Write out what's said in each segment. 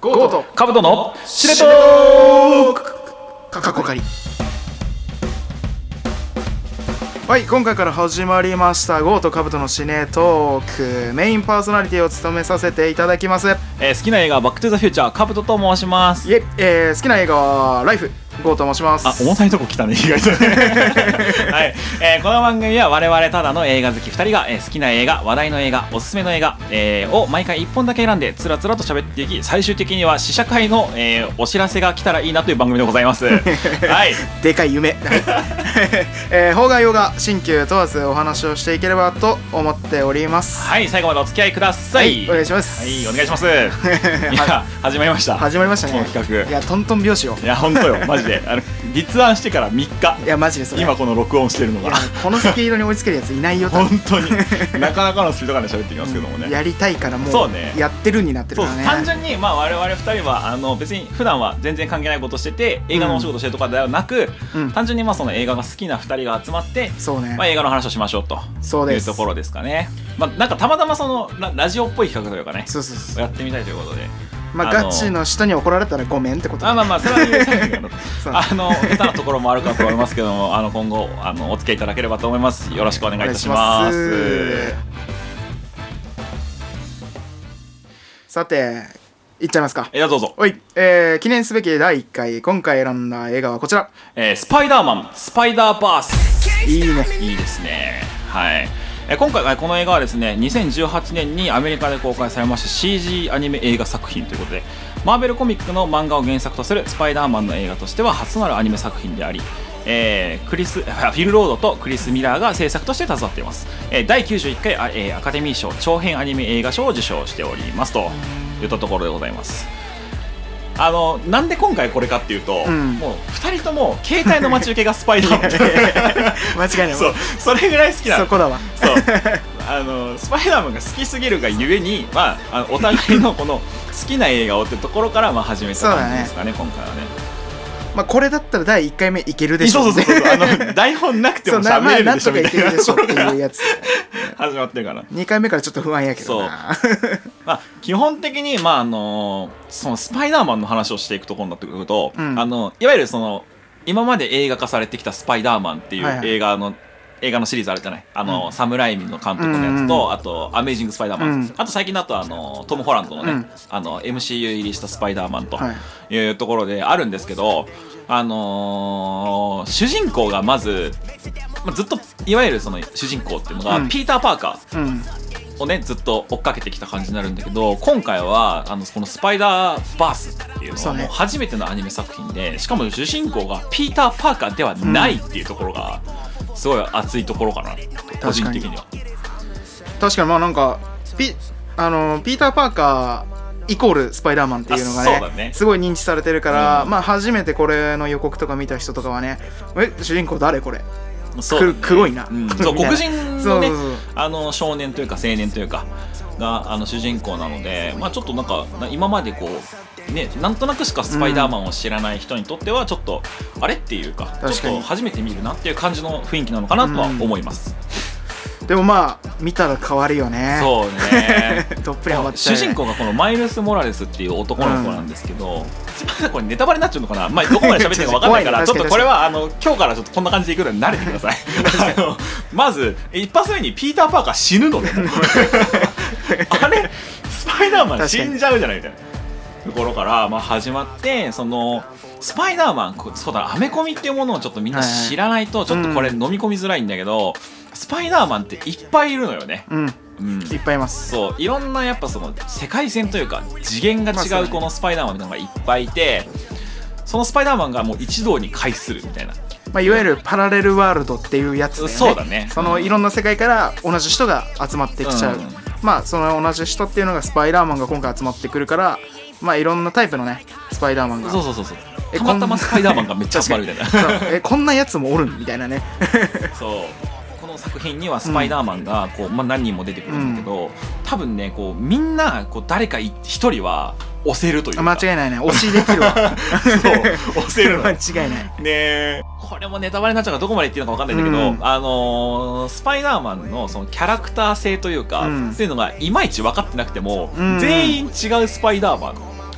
ゴートカブトのシレトークカッコカリ。はい、今回から始まりましたゴートカブトのシネトーク、メインパーソナリティを務めさせていただきます。 好きな映画はバックトゥザフューチャー、カブトと申します。 好きな映画はライフ、ゴーと申します。 あ、重たいとこ来たね、意外とねはい、この番組は我々ただの映画好き2人が、好きな映画、話題の映画、おすすめの映画、を毎回1本だけ選んでつらつらと喋っていき、最終的には試写会の、お知らせが来たらいいなという番組でございますはいでかい夢邦画洋画新旧問わずお話をしていければと思っております。 はい、最後までお付き合いください。 はい、お願いします。 はい、お願いしますいや、始まりました。 始まりましたね、 この企画。 いや、トントン拍子よ。 いや、本当よ、マジで立案してから3日。 いや、マジでそれ今この録音してるのがこのスピードに追いつけるやついないよ本当になかなかのスピード感で喋っていきますけどもね、 やりたいからもそうね、 やってるになってるからね。 単純に、まあ、我々2人は別に普段は全然関係ないことしてて映画のお仕事してるとかではなく、単純にまあその映画が好きな2人が集まって、 そうね、 まあ、映画の話をしましょうというところですかね。まあ、なんかたまたまそのラジオっぽい企画というかね、 そうやってみたいということで、 まあ、ガチの人に怒られたらごめんってこと。 まあそれは許されないかなと下手なところもあるかと思いますけども、今後お付き合いいただければと思います。よろしくお願いいたします。 さて、いっちゃいますか。 どうぞ。 はい、記念すべき第1回、今回選んだ映画はこちら、 スパイダーマンスパイダーバース。 いいね、 いいですね。はい、今回この映画はですね、2018年にアメリカで公開されました CG アニメ映画作品ということで、マーベルコミックの漫画を原作とするスパイダーマンの映画としては初なるアニメ作品であり、フィル・ロードとクリス・ミラーが制作として携わっています。第91回アカデミー賞長編アニメ映画賞を受賞しておりますといったところでございます。なんで今回これかっていうと、もう2人とも携帯の待ち受けがスパイダーマン間違いない。 それぐらい好きなの。 そこだわ。 そうスパイダーマンが好きすぎるがゆえに、まあ、お互いのこの好きな映画をってところからまあ始めた感じですかね、今回はね。 まあ、これだったら第1回目いけるでしょ。 そう台本なくても喋れるでしょみたいなところから始まってるから 2回目からちょっと不安やけどな。 まあ、基本的に、まあそのスパイダーマンの話をしていくところになってくると、いわゆるその今まで映画化されてきたスパイダーマンっていう映画のシリーズあるじゃない。サムライミの監督のやつと、あとアメイジングスパイダーマン、あと最近だとトム・ホランドのね、MCU 入りしたスパイダーマンというところであるんですけど、主人公がまず、ずっといわゆるその主人公っていうのが、ピーター・パーカーをねずっと追っかけてきた感じになるんだけど、今回はこのスパイダーバースっていうのはもう初めてのアニメ作品で、しかも主人公がピーター・パーカーではないっていうところがすごい熱いところかな、個人的には。 確かに、まあなんかピーター・パーカーイコールスパイダーマンっていうのが ねすごい認知されてるから、まあ初めてこれの予告とか見た人とかはね、主人公誰これ、黒いな、 そう黒人のね少年というか青年というかが主人公なので、まあちょっとなんか今までこうね、なんとなくしかスパイダーマンを知らない人にとってはちょっとあれっていうか、ちょっと初めて見るなっていう感じの雰囲気なのかなとは思います。 でもまあ見たら変わるよね。 そうねどっぷりハマっちゃう。 主人公がこのマイルス・モラレスっていう男の子なんですけど、これネタバレになっちゃうのかな、まあ、どこまで喋ってるか分かんないからちょっとこれは今日からちょっとこんな感じでいくのに慣れてくださいまず一発目にピーター・パーカー死ぬのねあれスパイダーマン死んじゃうじゃないみたいなところから、まあ、始まって、そのスパイダーマン、そうだ、アメコミっていうものをちょっとみんな知らないとちょっとこれ飲み込みづらいんだけど、スパイダーマンっていっぱいいるのよね。 いっぱいいます。 そう、いろんなやっぱその世界線というか次元が違うこのスパイダーマンみたいなのがいっぱいいて、そのスパイダーマンがもう一堂に会するみたいな、 まあ、いわゆるパラレルワールドっていうやつだよね。 そうだね。 そのいろんな世界から同じ人が集まってきちゃう、まあその同じ人っていうのがスパイダーマンが今回集まってくるから、まあいろんなタイプのねスパイダーマンが、 そうたまたまスパイダーマンがめっちゃ集まるみたいなこんなやつもおるみたいなねそうこの作品にはスパイダーマンがこう、まあ、何人も出てくるんだけど、多分ねこうみんなこう誰か一人は押せるというか、 間違いないね、押しできるわそう押せるの間違いないね。これもネタバレになっちゃうからどこまで言っていいのか分かんないんだけど、スパイダーマンのそのキャラクター性というか、っていうのがいまいち分かってなくても、全員違うスパイダーマン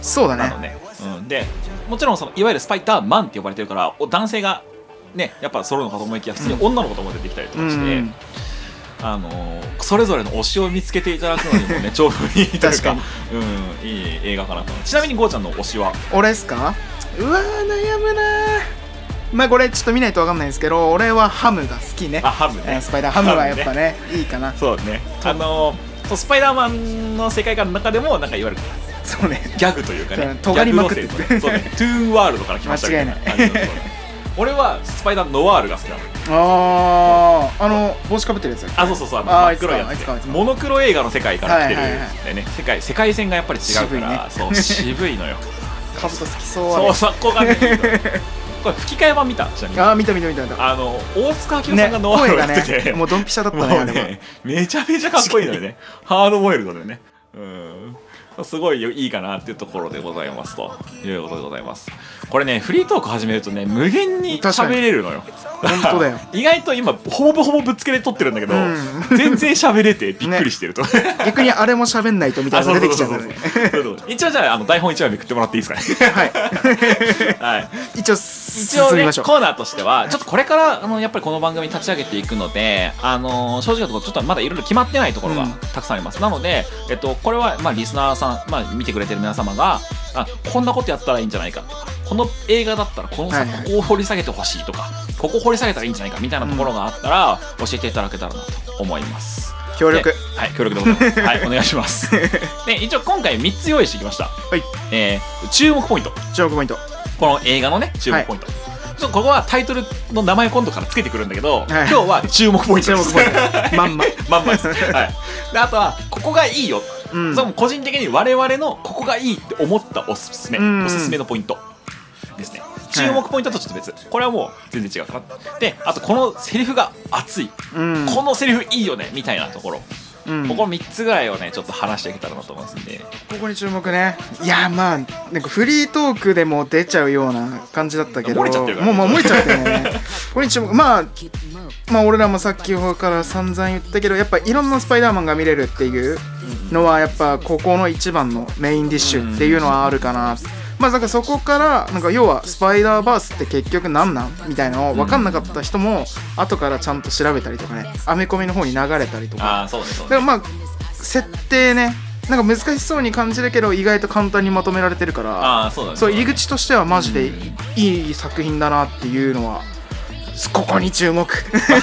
そうだね。 なのね、でもちろんそのいわゆるスパイダーマンって呼ばれてるから男性がねやっぱ揃うのかと思いきや普通に女の子とも出てきたりとかして、それぞれの推しを見つけていただくのにもねちょうどいいというか、 確かいい映画かなと。ちなみにゴーちゃんの推しは？ 俺っすか？うわー悩むな。まあこれちょっと見ないと分かんないんですけど、俺はハムが好きね。 ハムね。 スパイダーハムはやっぱねいいかな。 そうね。スパイダーマンの世界観の中でもなんかいわゆるそうねギャグというかね、 尖りまくっててそうね、トゥーンワールドから来ましたみたいな感じのところ。俺はスパイダーノワールが好きなの。帽子かぶってるやつだっけ？ そう真っ黒いやつ、モノクロ映画の世界から来てるね。世界線がやっぱり違うから、そう渋いのよ。 カブト好きそう。 そこがねこれ吹き替え版見た？ 見た。 大塚明夫さんがノワールをやってて、 もうドンピシャだったね。 めちゃめちゃかっこいいのよね。ハードボイルドでね、すごいいいかなっていうところでございますということでございます。これねフリートーク始めるとね無限に喋れるのよ。 本当だよ。 意外と今ほぼぶっつけで撮ってるんだけど、全然喋れてびっくりしてると、 逆にあれも喋んないとみたいなのが出てきちゃうからね。 一応じゃあ台本1枚めくってもらっていいですかね。はい、 一応ねコーナーとしてはちょっとこれからやっぱりこの番組立ち上げていくので、正直なところちょっとまだいろいろ決まってないところがたくさんあります。なのでこれはリスナーさん、見てくれてる皆様がこんなことやったらいいんじゃないかとか、この映画だったらここを掘り下げてほしいとか、ここ掘り下げたらいいんじゃないかみたいなところがあったら教えていただけたらなと思います。 協力でございます。はいお願いします。で一応今回3つ用意してきました。注目ポイント。この映画のね注目ポイント、ちょっとここはタイトルの名前今度からつけてくるんだけど、今日は注目ポイントです。 まんまです。であとはここがいいよ、その個人的に我々のここがいいって思ったおすすめのポイントですね。注目ポイントとちょっと別、これはもう全然違うかな。であとこのセリフが熱い、このセリフいいよねみたいなところ、ここ3つぐらいをねちょっと話していけたらなと思いますんで、 ここに注目ね。いやなんかフリートークでも出ちゃうような感じだったけど、 漏れちゃってるからね。 もう漏れちゃってるね。ここに注目。俺らもさっきから散々言ったけど、やっぱいろんなスパイダーマンが見れるっていうのはやっぱここの一番のメインディッシュっていうのはあるかな。なんかそこからなんか要はスパイダーバースって結局何なんみたいなのを分かんなかった人も後からちゃんと調べたりとかね、アメコミの方に流れたりとか。だから設定ね、なんか難しそうに感じるけど意外と簡単にまとめられてるから、そう入り口としてはマジでいい作品だなっていうのは、ここに注目。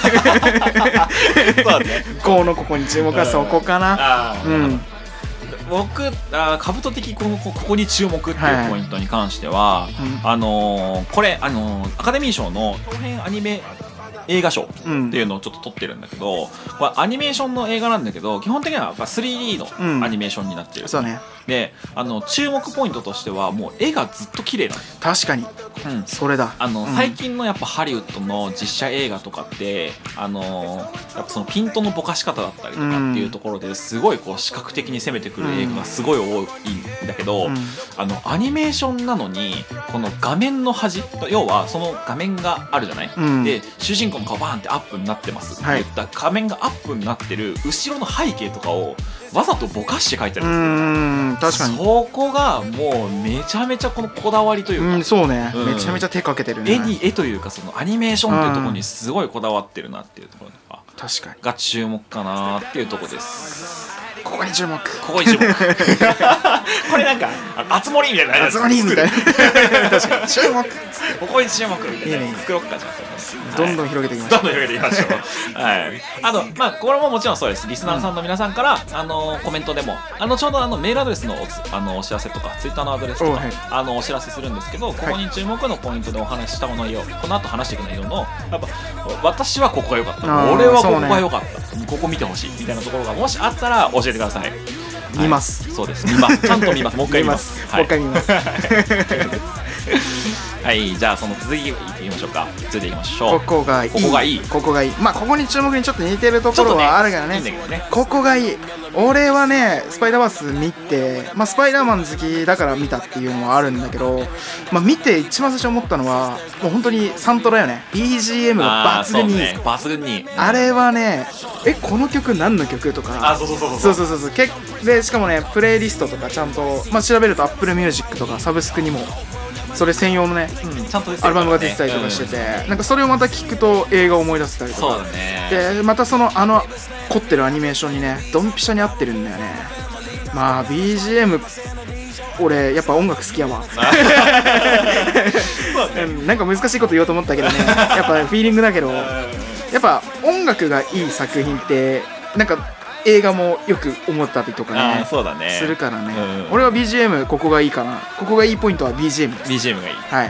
そうね。 ここに注目はそこかな。 僕カブト的ここに注目っていうポイントに関しては、これアカデミー賞の長編アニメ映画賞っていうのをちょっと撮ってるんだけど、これアニメーションの映画なんだけど基本的には 3D のアニメーションになってる、 そうね。 で注目ポイントとしてはもう絵がずっと綺麗なの。 確かに、それだ。 最近のやっぱハリウッドの実写映画とかってやっぱそのピントのぼかし方だったりとかっていうところですごいこう視覚的に攻めてくる映画がすごい多いんだけど、アニメーションなのにこの画面の端、要はその画面があるじゃない、で主人公の顔バーンってアップになってますって言った画面がアップになってる後ろの背景とかをわざとぼかして描いてるんですよ。 確かにそこがもうめちゃめちゃこのこだわりというか、 そうね、めちゃめちゃ手かけてるね。 絵というかそのアニメーションっていうところにすごいこだわってるなっていうところ確かにが注目かなっていうところです。 ここに注目。 これなんか熱盛みたいなやつ確かに注目ここに注目みたいなやつ作ろっか。じゃあどんどん広げていきましょう。 はい。これももちろんそうです。リスナーさんの皆さんからコメントでもちょうどメールアドレスのお知らせとかツイッターのアドレスとかお知らせするんですけど、ここに注目のポイントでお話しした内容、この後話していく内容のやっぱ私はここが良かった、俺はここが良かった、ここ見てほしいみたいなところがもしあったら教えてください。 見ます。 そうです。見ます。ちゃんと見ます。もう一回見ます。 もう一回見ます。 はい、じゃあその続きいきましょうか。続いていきましょう。 ここがいい。ここに注目にちょっと似てるところはあるからね。ここがいい。 俺はねスパイダーバース見て、スパイダーマン好きだから見たっていうのはあるんだけど、見て一番最初思ったのはもう本当にサントラよね。 BGM が抜群に、 抜群に、 あれはねこの曲何の曲とか、そうでしかもねプレイリストとかちゃんと、調べると Apple Music とかサブスクにもそれ専用のね、 ちゃんとアルバムが出てたりとかしてて、なんかそれをまた聞くと映画を思い出せたりとか、 そうだね、 でまた凝ってるアニメーションにねドンピシャに合ってるんだよね。BGM 俺やっぱ音楽好きやわなんか難しいこと言おうと思ったけどねやっぱフィーリングだけど、やっぱ音楽がいい作品ってなんか映画もよく思ったりとかね、 そうだね、 するからね、俺は BGM ここがいいかな。ここがいいポイントは BGM です。 BGM がいい。 はい。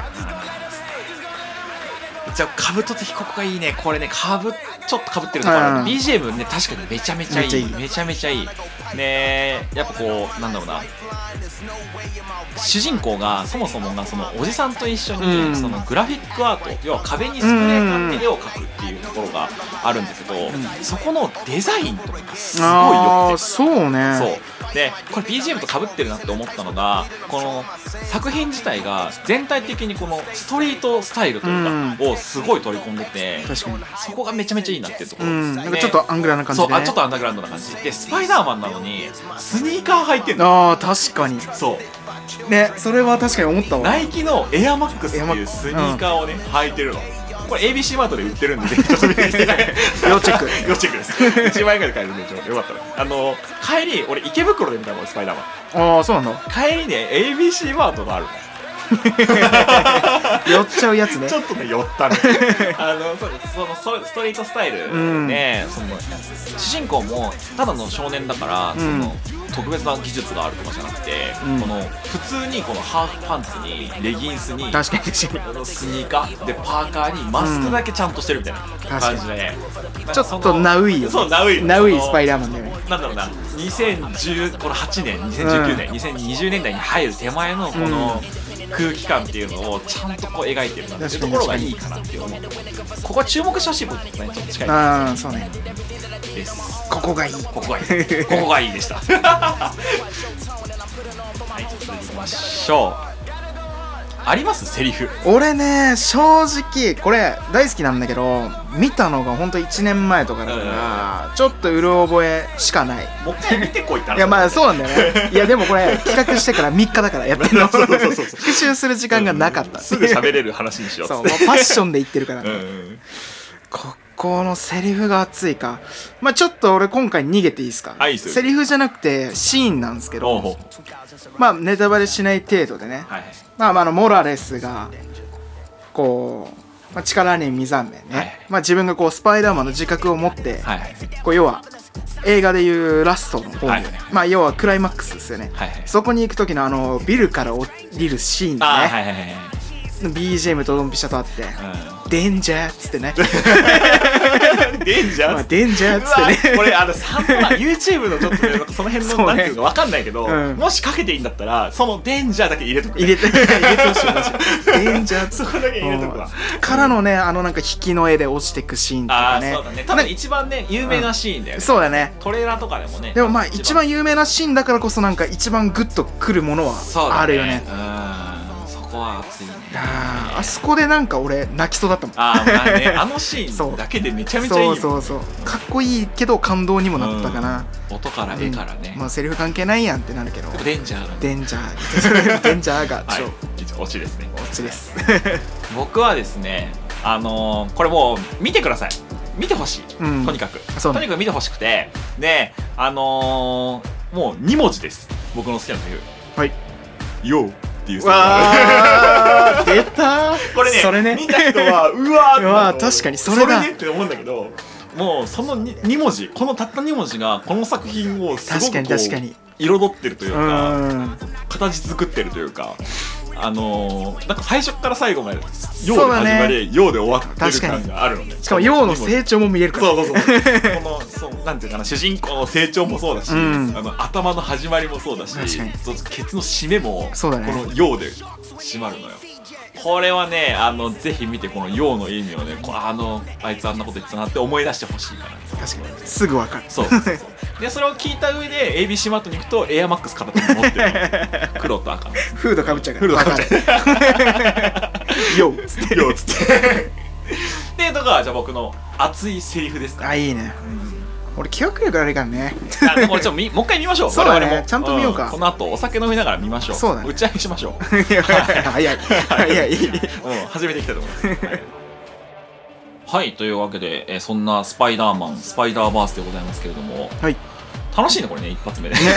じゃあカブト的ここがいいね。これねちょっとかぶってるところある。BGM ね確かにめちゃめちゃいい、めちゃめちゃいいね。やっぱこうなんだろうな、主人公がそもそもがそのおじさんと一緒にそのグラフィックアート、要は壁にスプレー缶で絵を描くっていうところがあるんだけど、そこのデザインとかがすごいよくて、 そうね、 そうでこれ BGM と被ってるなって思ったのが、この作品自体が全体的にこのストリートスタイルというかをすごい取り込んでて、 確かにそこがめちゃめちゃいいなっていうところ、 なんかちょっとアングラな感じで、ね、 そうちょっとアンダーグラウンドな感じで、スパイダーマンなのにスニーカー履いてんの。 確かにそうね、それは確かに思ったわ。 ナイキのエアマックスっていうスニーカーをね、履いてるの。これ ABC マートで売ってるんで、ぜひちょっと見てみて要チェック要チェックです。1万円ぐらいで買えるんでよかったら、帰り俺池袋で見たのスパイダーマン。 そうなんだ。 帰りね ABC マートがあるの寄っちゃうやつね。 ちょっとね寄ったねそのストリートスタイルで、その主人公もただの少年だから、その特別な技術があるとかじゃなくて、この普通にこのハーフパンツにレギンスに確かにスニーカーでパーカーにマスクだけちゃんとしてるみたいな感じで、 ちょっとナウイよね。 そうナウイスパイダーマンだよね。 なんだろうな、2018年2019年、2020年代に入る手前のこの空気感っていうのをちゃんとこう描いてるなっていうところがいいかなっていう思う。ここは注目してほしいポイントとねちょっと近いそうねです。 ここがいい、 ここがいいここがいいでしたはい、続きましょう。ありますセリフ。 俺ね正直これ大好きなんだけど、見たのがほんと1年前とかだから、ちょっとうる覚えしかない。 もう一回見てこいっていやそうなんだよね。いやでもこれ企画してから3日だからやってるの復習する時間がなかった、 すぐ喋れる話にしようそうもうパッションで言ってるからねここのセリフが熱いか。ちょっと俺今回逃げていいですか。セリフじゃなくてシーンなんですけど、ネタバレしない程度でね、モラレスがこう、力に目覚めね、自分がこうスパイダーマンの自覚を持って、こう要は映画でいうラストの方に、要はクライマックスですよね、そこに行く時のビルから降りるシーンでね、BGM とドンピシャとあって、デンジャーっつってねデンジャーデンジャーっつってねこれサントラ YouTube のちょっとねその辺のなんていうか分かんないけど、もしかけていいんだったらそのデンジャーだけ入れとく、 入れてほしいマジデンジャーそこだけ入れとくわ。 からのねなんか引きの絵で落ちてくシーンとかね。 そうだね、多分一番ね有名なシーンだよね。 そうだね、 トレーラーとかでもね。 でも一番有名なシーンだからこそなんか一番グッとくるものはあるよね。 そこは熱いね。 あそこでなんか俺泣きそうだったもん。 あのシーンだけでめちゃめちゃいいよ。 そうかっこいいけど感動にもなったかな。 音から絵からね、 セリフ関係ないやんってなるけど、 デンジャーデンジャーがオチですね。 オチです僕はですねこれもう見てください。見てほしい、とにかく見てほしくて、でもう2文字です。僕の好きなセリフ。はい、ヨーっていうセリフ。 出たこれね、 それね見た人はうわー確かにそれだねって思うんだけど、もうその2文字、このたった2文字がこの作品をすごくこう彩ってるというか、形作ってるというか、なんか最初から最後まで陽で始まり陽で終わってる感があるのね。 しかも陽の成長も見えるから。 そうなんていうかな、主人公の成長もそうだし、頭の始まりもそうだし、ケツの締めもこの陽で締まるのよ。 これはねぜひ見てこの陽の意味をねあいつあんなこと言ってたなって思い出してほしいかな。 確かにすぐ分かる。 そうでそれを聞いた上で ABC マートに行くとエアマックス片手に持ってる黒と赤のフードかぶっちゃうから。 フードかぶっちゃうよっつってよっつってでとかじゃあ僕の熱いセリフですか。 あ、いいね。俺記憶力悪いからね。 でももう一回見ましょう。 そうだね、 我々もちゃんと見ようか。 この後お酒飲みながら見ましょう。 そうだね、 打ち上げしましょう。 早い早い。 初めて来たと思います。はい、というわけで、そんなスパイダーマンスパイダーバースでございますけれども、 はい、 楽しいねこれね、一発目で、はい、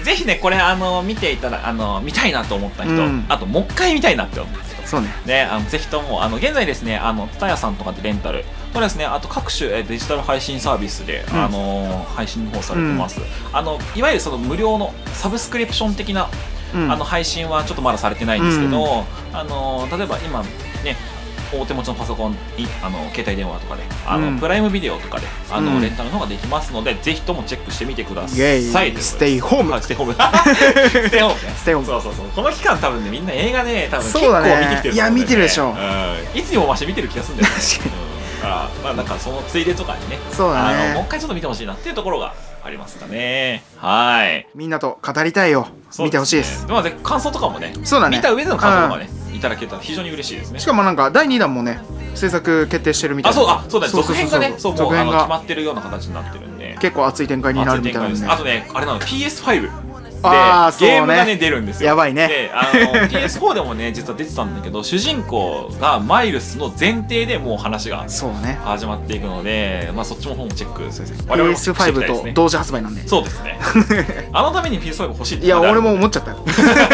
ぜひねこれ見ていたら見たいなと思った人、あともう一回見たいなって思った人、 そうね、 ぜひとも現在ですねTSUTAYAさんとかでレンタルとですね、あと各種デジタル配信サービスで、配信の方されてます、いわゆるその無料のサブスクリプション的な、配信はちょっとまだされてないんですけど、例えば今ねお手持ちのパソコンに携帯電話とかでプライムビデオとかでレンタルの方ができますので、ぜひともチェックしてみてください。 ステイホーム、 ステイホームステイホームね、 ステイホーム、 そうこの期間多分ねみんな映画ね多分結構見てきてる。 いや見てるでしょ。 いつにも増して見てる気がするんだよね。まあなんかそのついでとかにね、 そうだね、 もう一回ちょっと見てほしいなっていうところがありますかね。はい。 みんなと語りたいよ。見てほしいです。 まあ感想とかもね、 そうだね、 見た上での感想とかねいただけたら非常に嬉しいですね。 しかもなんか第2弾もね制作決定してるみたいな。 そうだね、続編がね、そうもう決まってるような形になってるんで、 結構熱い展開になるみたいな。 あとねあれなの PS5 でゲームがね出るんですよ。 やばいね。 でPS4 でもね実は出てたんだけど、主人公がマイルスの前提でもう話が始まっていくので、まあそっちの方もチェック。 PS5 と同時発売なんで。 そうですね。あのために PS5 欲しいって。 いや俺も思っちゃったよ。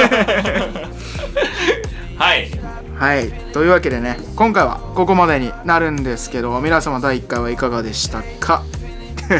はいはい、というわけでね今回はここまでになるんですけど、皆様第1回はいかがでしたか。 はい、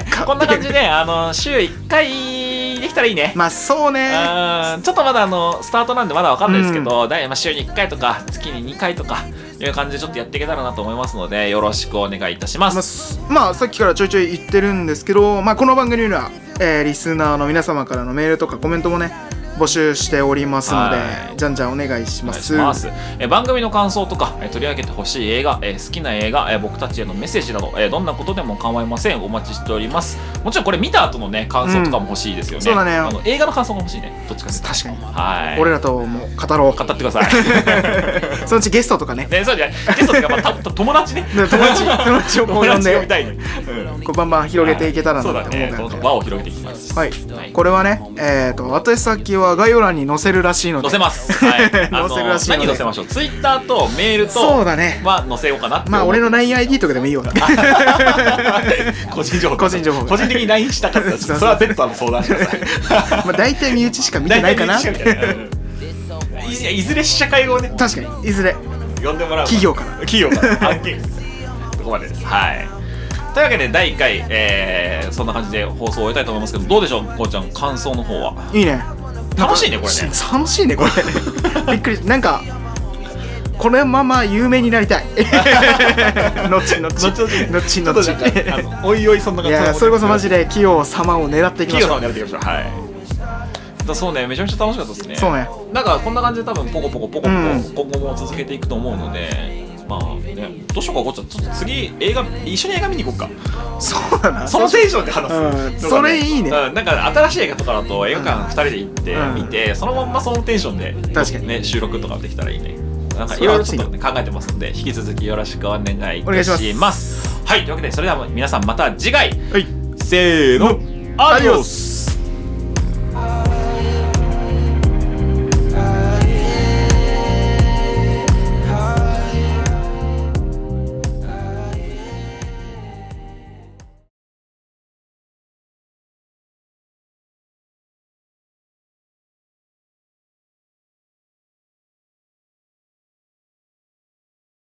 こんな感じで週1回できたらいいね。 まあそうね、 ちょっとまだスタートなんでまだわかんないですけど、週に1回とか月に2回とかいう感じでちょっとやっていけたらなと思いますので、よろしくお願いいたします。 まあさっきからちょいちょい言ってるんですけど、まあこの番組には、リスナーの皆様からのメールとかコメントもね募集しておりますので、じゃんじゃんお願いします。 番組の感想とか取り上げてほしい映画、好きな映画、僕たちへのメッセージなど、どんなことでも構いません。お待ちしております。もちろんこれ見た後のね感想とかも欲しいですよね。 そうだね、 映画の感想が欲しいね。どっちかです。 確かに、 はい、 俺らとも語ろう。 語ってください。 そのうちゲストとかね。 そうじゃない、ゲストとか友達ね。友達をこう呼んでこうバンバン広げていけたらなと思うからね。 輪を広げていきます。 はい、これはね宛先は概要欄に載せるらしいので。 載せます。はい。 載せるらしいので。 何載せましょう。ツイッターとメールとそうだね。 は載せようかなって。 まあ俺の LINE-ID とかでもいいよ。 個人情報。 個人情報。 個人的に LINE したかったらそれは別途相談してください。 まあ大体身内しか見てないかな。 いずれ試写会をね。 確かにいずれ呼んでもらう。 企業から案件。ここまでです。はい。というわけで第1回、そんな感じで放送を終えたいと思いますけど、どうでしょうこうちゃん、感想の方は。 いいね、 楽しいねこれね。 楽しいねこれ。びっくり。なんかこのまま有名になりたい。後々 おいおいそんな感じ。 いやそれこそマジで器用様を狙っていきましょう。 はい。そうね、めちゃめちゃ楽しかったですね。 そうね。 なんかこんな感じで多分ポコポコ今後も続けていくと思うので、まあね、どうしようかこっちゃん、ちょっと次一緒に映画見に行こうか。 そうだな。 そのテンションで話す。 それいいね。 なんか新しい映画とかだと映画館2人で行って見て、そのまんまそのテンションで確かにね収録とかできてたらいいね。なんかいろいろちょっと考えてますので、引き続きよろしくお願いいたします。はい、というわけでそれでは皆さんまた次回。せーの、アディオス。